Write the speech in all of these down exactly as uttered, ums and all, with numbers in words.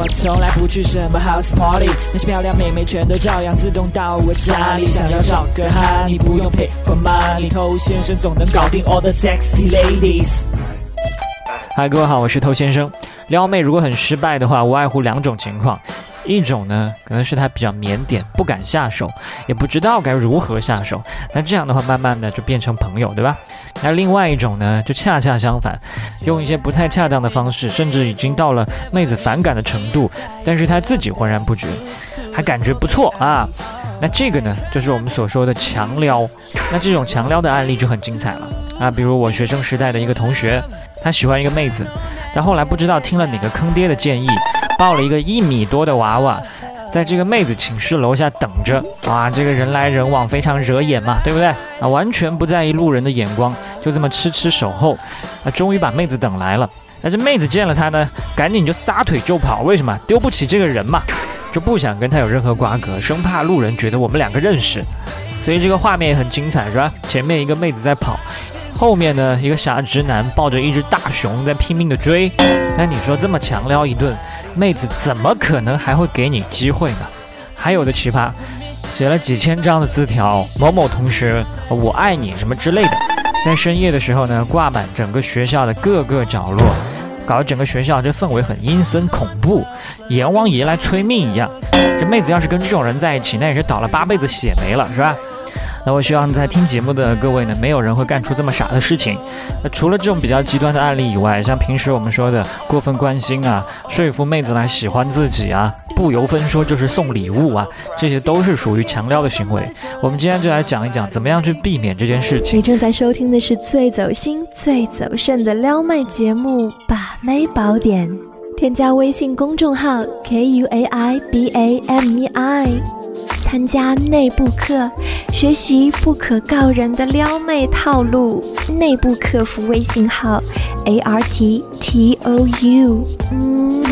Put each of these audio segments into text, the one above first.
我从来不去什么 house party， 那些漂亮妹妹全都照样自动到我家里。想要找个哈，你不用 pay for money， 偷先生总能搞定 all the sexy ladies。 嗨，各位好，我是偷先生。撩妹如果很失败的话，无外乎两种情况。一种呢，可能是他比较腼腆，不敢下手，也不知道该如何下手。那这样的话，慢慢的就变成朋友，对吧？那另外一种呢，就恰恰相反，用一些不太恰当的方式，甚至已经到了妹子反感的程度，但是他自己浑然不觉，还感觉不错啊。那这个呢，就是我们所说的强撩。那这种强撩的案例就很精彩了啊，比如我学生时代的一个同学，他喜欢一个妹子，但后来不知道听了哪个坑爹的建议，抱了一个一米多的娃娃，在这个妹子寝室楼下等着。哇，这个人来人往，非常惹眼嘛，对不对啊？完全不在意路人的眼光，就这么痴痴守候。啊，终于把妹子等来了。但是妹子见了他呢，赶紧就撒腿就跑。为什么？丢不起这个人嘛，就不想跟他有任何瓜葛，生怕路人觉得我们两个认识。所以这个画面也很精彩，是吧？前面一个妹子在跑，后面呢一个傻直男抱着一只大熊在拼命的追。那你说这么强撩一顿，妹子怎么可能还会给你机会呢？还有的奇葩，写了几千张的字条，某某同学我爱你什么之类的，在深夜的时候呢挂满整个学校的各个角落，搞得整个学校这氛围很阴森恐怖，阎王爷来催命一样。这妹子要是跟这种人在一起，那也是倒了八辈子血霉了，是吧？那我希望在听节目的各位呢，没有人会干出这么傻的事情。那除了这种比较极端的案例以外，像平时我们说的过分关心啊，说服妹子来喜欢自己啊，不由分说就是送礼物啊，这些都是属于强撩的行为。我们今天就来讲一讲怎么样去避免这件事情。 你正在收听的是最走心最走肾的撩妹节目《把妹宝典》，添加微信公众号 K U A I B A M E I， 参加内部课，学习不可告人的撩妹套路。内部客服微信号 A R T T O U。 嗯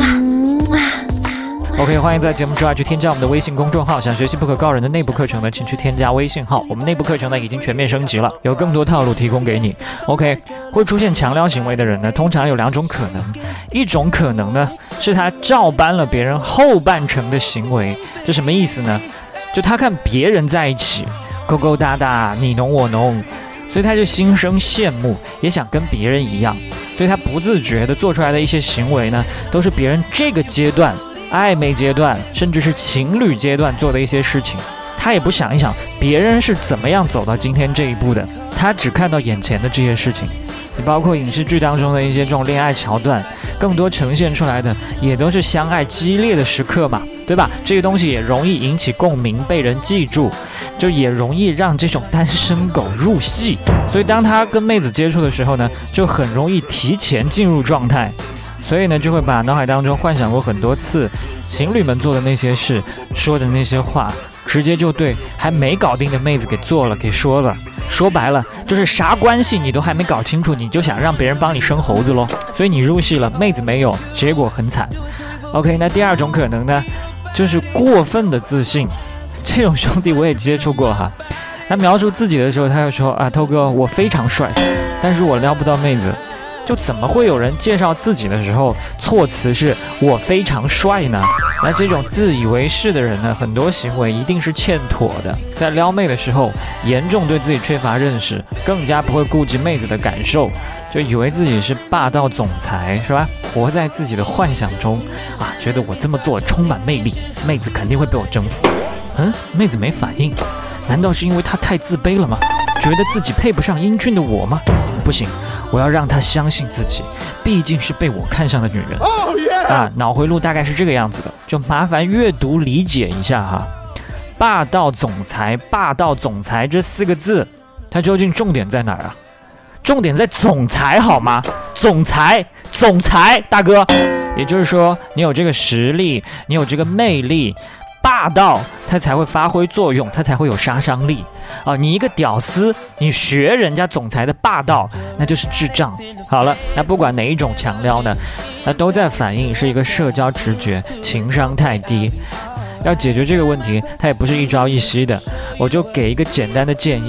OK， 欢迎在节目之外去添加我们的微信公众号。想学习不可告人的内部课程呢，请去添加微信号。我们内部课程呢已经全面升级了，有更多套路提供给你。OK， 会出现强撩行为的人呢，通常有两种可能。一种可能呢，是他照搬了别人后半程的行为。这什么意思呢？就他看别人在一起勾勾搭搭，你侬我侬，所以他就心生羡慕，也想跟别人一样，所以他不自觉的做出来的一些行为呢，都是别人这个阶段暧昧阶段甚至是情侣阶段做的一些事情。他也不想一想别人是怎么样走到今天这一步的，他只看到眼前的这些事情。你包括影视剧当中的一些这种恋爱桥段，更多呈现出来的也都是相爱激烈的时刻嘛，对吧？这个东西也容易引起共鸣，被人记住，就也容易让这种单身狗入戏。所以当他跟妹子接触的时候呢，就很容易提前进入状态，所以呢就会把脑海当中幻想过很多次情侣们做的那些事，说的那些话，直接就对还没搞定的妹子给做了，给说了。说白了就是啥关系你都还没搞清楚，你就想让别人帮你生猴子咯。所以你入戏了，妹子没有，结果很惨。 OK， 那第二种可能呢，就是过分的自信。这种兄弟我也接触过哈，他描述自己的时候，他就说啊，偷哥我非常帅，但是我撩不到妹子。就怎么会有人介绍自己的时候措辞是我非常帅呢？那这种自以为是的人呢，很多行为一定是欠妥的。在撩妹的时候，严重对自己缺乏认识，更加不会顾及妹子的感受，就以为自己是霸道总裁，是吧？活在自己的幻想中啊，觉得我这么做充满魅力，妹子肯定会被我征服。嗯，妹子没反应，难道是因为她太自卑了吗？觉得自己配不上英俊的我吗？不行，我要让她相信自己，毕竟是被我看上的女人。 oh, yeah. 啊，脑回路大概是这个样子的，就麻烦阅读理解一下哈。霸道总裁，霸道总裁这四个字，它究竟重点在哪儿啊？重点在总裁好吗？总裁，总裁大哥，也就是说你有这个实力，你有这个魅力，霸道它才会发挥作用，它才会有杀伤力啊！你一个屌丝，你学人家总裁的霸道，那就是智障。好了，那不管哪一种强撩呢，那都在反映是一个社交直觉，情商太低。要解决这个问题，它也不是一朝一夕的。我就给一个简单的建议，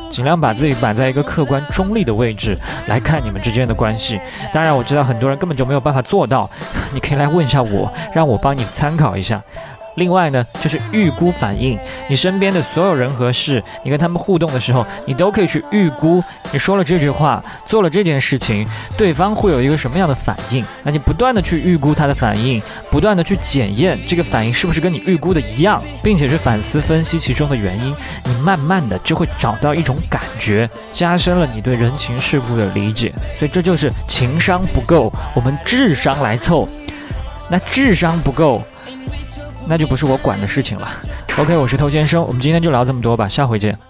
尽量把自己摆在一个客观中立的位置来看你们之间的关系。当然我知道很多人根本就没有办法做到，你可以来问一下我，让我帮你参考一下。另外呢，就是预估反应，你身边的所有人和事，你跟他们互动的时候，你都可以去预估，你说了这句话，做了这件事情，对方会有一个什么样的反应。那你不断的去预估他的反应，不断的去检验这个反应是不是跟你预估的一样，并且是反思分析其中的原因，你慢慢的就会找到一种感觉，加深了你对人情世故的理解。所以这就是情商不够，我们智商来凑。那智商不够，那就不是我管的事情了。OK， 我是头先生，我们今天就聊这么多吧，下回见。